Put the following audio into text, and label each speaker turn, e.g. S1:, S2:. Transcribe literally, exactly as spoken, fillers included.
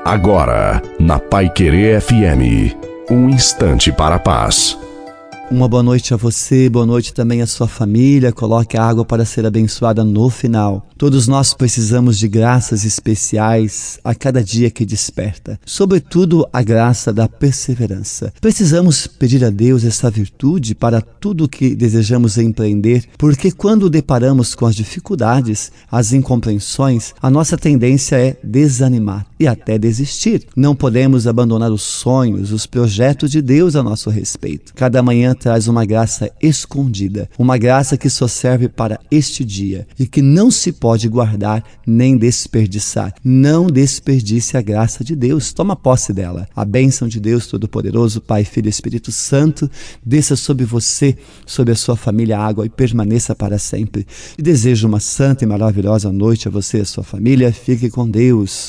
S1: Agora, na Paiquerê F M, um instante para a paz.
S2: Uma boa noite a você, boa noite também à sua família. Coloque a água para ser abençoada no final. Todos nós precisamos de graças especiais a cada dia que desperta. Sobretudo a graça da perseverança. Precisamos pedir a Deus essa virtude para tudo o que desejamos empreender, porque quando deparamos com as dificuldades, as incompreensões, a nossa tendência é desanimar e até desistir. Não podemos abandonar os sonhos, os projetos de Deus a nosso respeito. Cada manhã traz uma graça escondida, uma graça que só serve para este dia e que não se pode guardar nem desperdiçar. Não desperdice a graça de Deus, toma posse dela. A bênção de Deus Todo-Poderoso, Pai, Filho e Espírito Santo, desça sobre você, sobre a sua família, água e permaneça para sempre. E desejo uma santa e maravilhosa noite a você e a sua família. Fique com Deus.